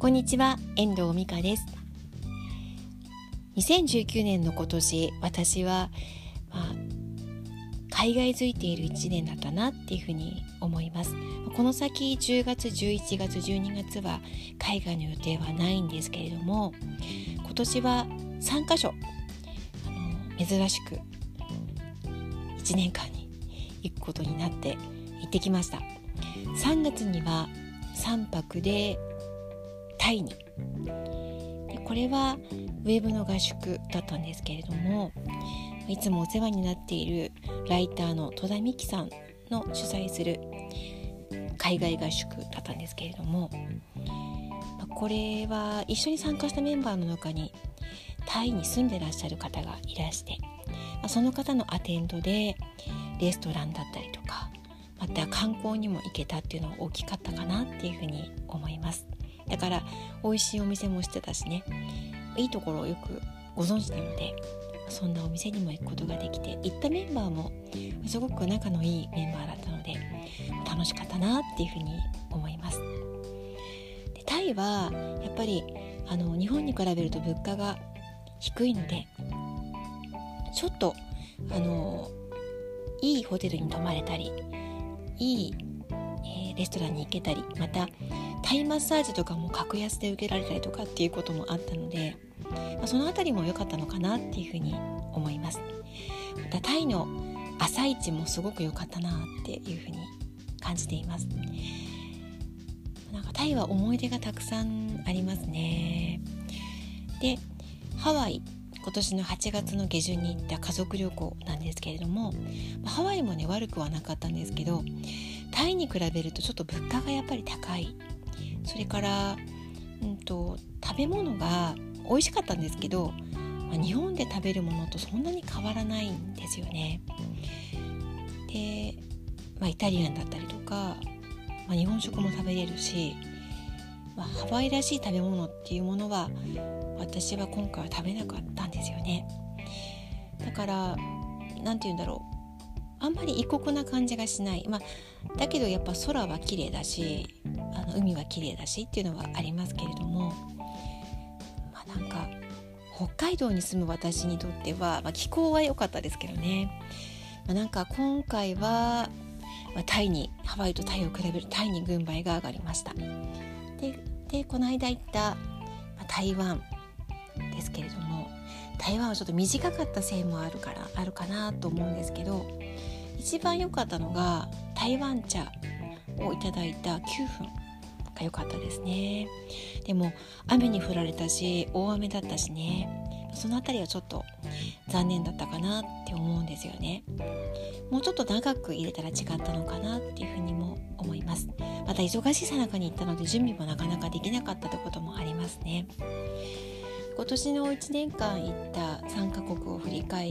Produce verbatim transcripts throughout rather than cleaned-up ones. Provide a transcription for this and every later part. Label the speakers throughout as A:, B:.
A: こんにちは、遠藤美香です。にせんじゅうきゅうねんの今年、私は、まあ、海外づいているいちねんだったなっていうふうに思います。この先じゅうがつ、じゅういちがつ、じゅうにがつは海外の予定はないんですけれども、今年はさんかしょあの珍しくいちねんかんに行くことになって行ってきました。さんがつにはさんぱくでタイに、でこれはウェブの合宿だったんですけれども、いつもお世話になっているライターの戸田美希さんの主催する海外合宿だったんですけれども、これは一緒に参加したメンバーの中にタイに住んでらっしゃる方がいらして、その方のアテンドでレストランだったりとか、また観光にも行けたっていうのは大きかったかなっていうふうに思います。だから美味しいお店もしてたしね、いいところをよくご存知なので、そんなお店にも行くことができて、行ったメンバーもすごく仲のいいメンバーだったので楽しかったなっていうふうに思います。でタイはやっぱりあの日本に比べると物価が低いので、ちょっとあのいいホテルに泊まれたり、いい、えー、レストランに行けたり、またタイマッサージとかも格安で受けられたりとかっていうこともあったので、まあ、そのあたりも良かったのかなっていうふうに思います。またタイの朝市もすごく良かったなっていうふうに感じています。なんかタイは思い出がたくさんありますね。でハワイ、今年のはちがつの下旬に行った家族旅行なんですけれども、ハワイもね悪くはなかったんですけど、タイに比べるとちょっと物価がやっぱり高い。それから、うんと、食べ物が美味しかったんですけど、まあ、日本で食べるものとそんなに変わらないんですよね。で、まあ、イタリアンだったりとか、まあ、日本食も食べれるし、まあ、ハワイらしい食べ物っていうものは私は今回は食べなかったんですよね。だからなんて言うんだろう、あんまり異国な感じがしない、まあ、だけどやっぱ空は綺麗だし、あの海は綺麗だしっていうのはありますけれども、まあ、なんか北海道に住む私にとっては、まあ、気候は良かったですけどね、まあ、なんか今回は、まあ、タイにハワイとタイを比べるタイに軍配が上がりました。で、でこの間行った、まあ、台湾ですけれども、台湾はちょっと短かったせいもあるからあるかなと思うんですけど、一番良かったのが台湾茶をいただいたきゅうふんが良かったですね。でも雨に降られたし大雨だったしね、そのあたりはちょっと残念だったかなって思うんですよね。もうちょっと長く入れたら違ったのかなっていうふうにも思います。また忙しいさなかに行ったので準備もなかなかできなかったってこともありますね。今年のいちねんかん行ったさんかこくを振り返って、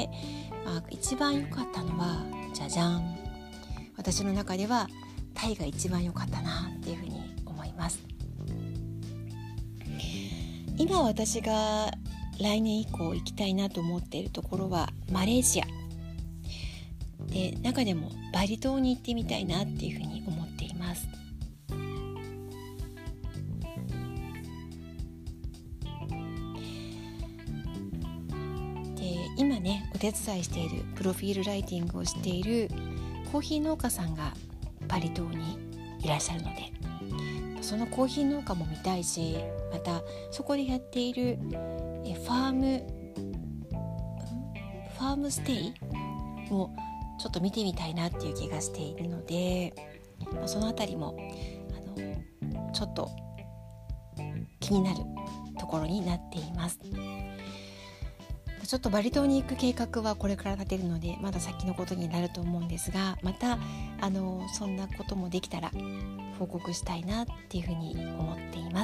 A: まあ、一番良かったのはじゃじゃん、私の中ではタイが一番良かったなっていうふうに思います。今私が来年以降行きたいなと思っているところはマレーシアで、中でもバリ島に行ってみたいなっていうふうに思っています。今ねお手伝いしているプロフィールライティングをしているコーヒー農家さんがバリ島にいらっしゃるので、そのコーヒー農家も見たいし、またそこでやっているえファームファームステイもちょっと見てみたいなっていう気がしているので、そのあたりもあのちょっと気になるところになっています。ちょっとバリ島に行く計画はこれから立てるのでまだ先のことになると思うんですが、またあのそんなこともできたら報告したいなっていうふうに思っています。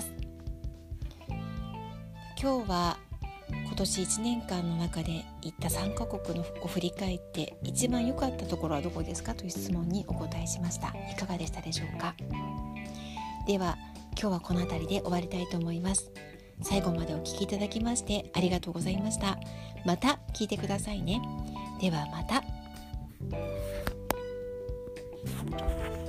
A: 今日は今年いちねんかんの中で行ったさんかこくのを振り返って、一番良かったところはどこですかという質問にお答えしました。いかがでしたでしょうか。では今日はこの辺りで終わりたいと思います。最後までお聞きいただきましてありがとうございました。また聞いてくださいね。ではまた。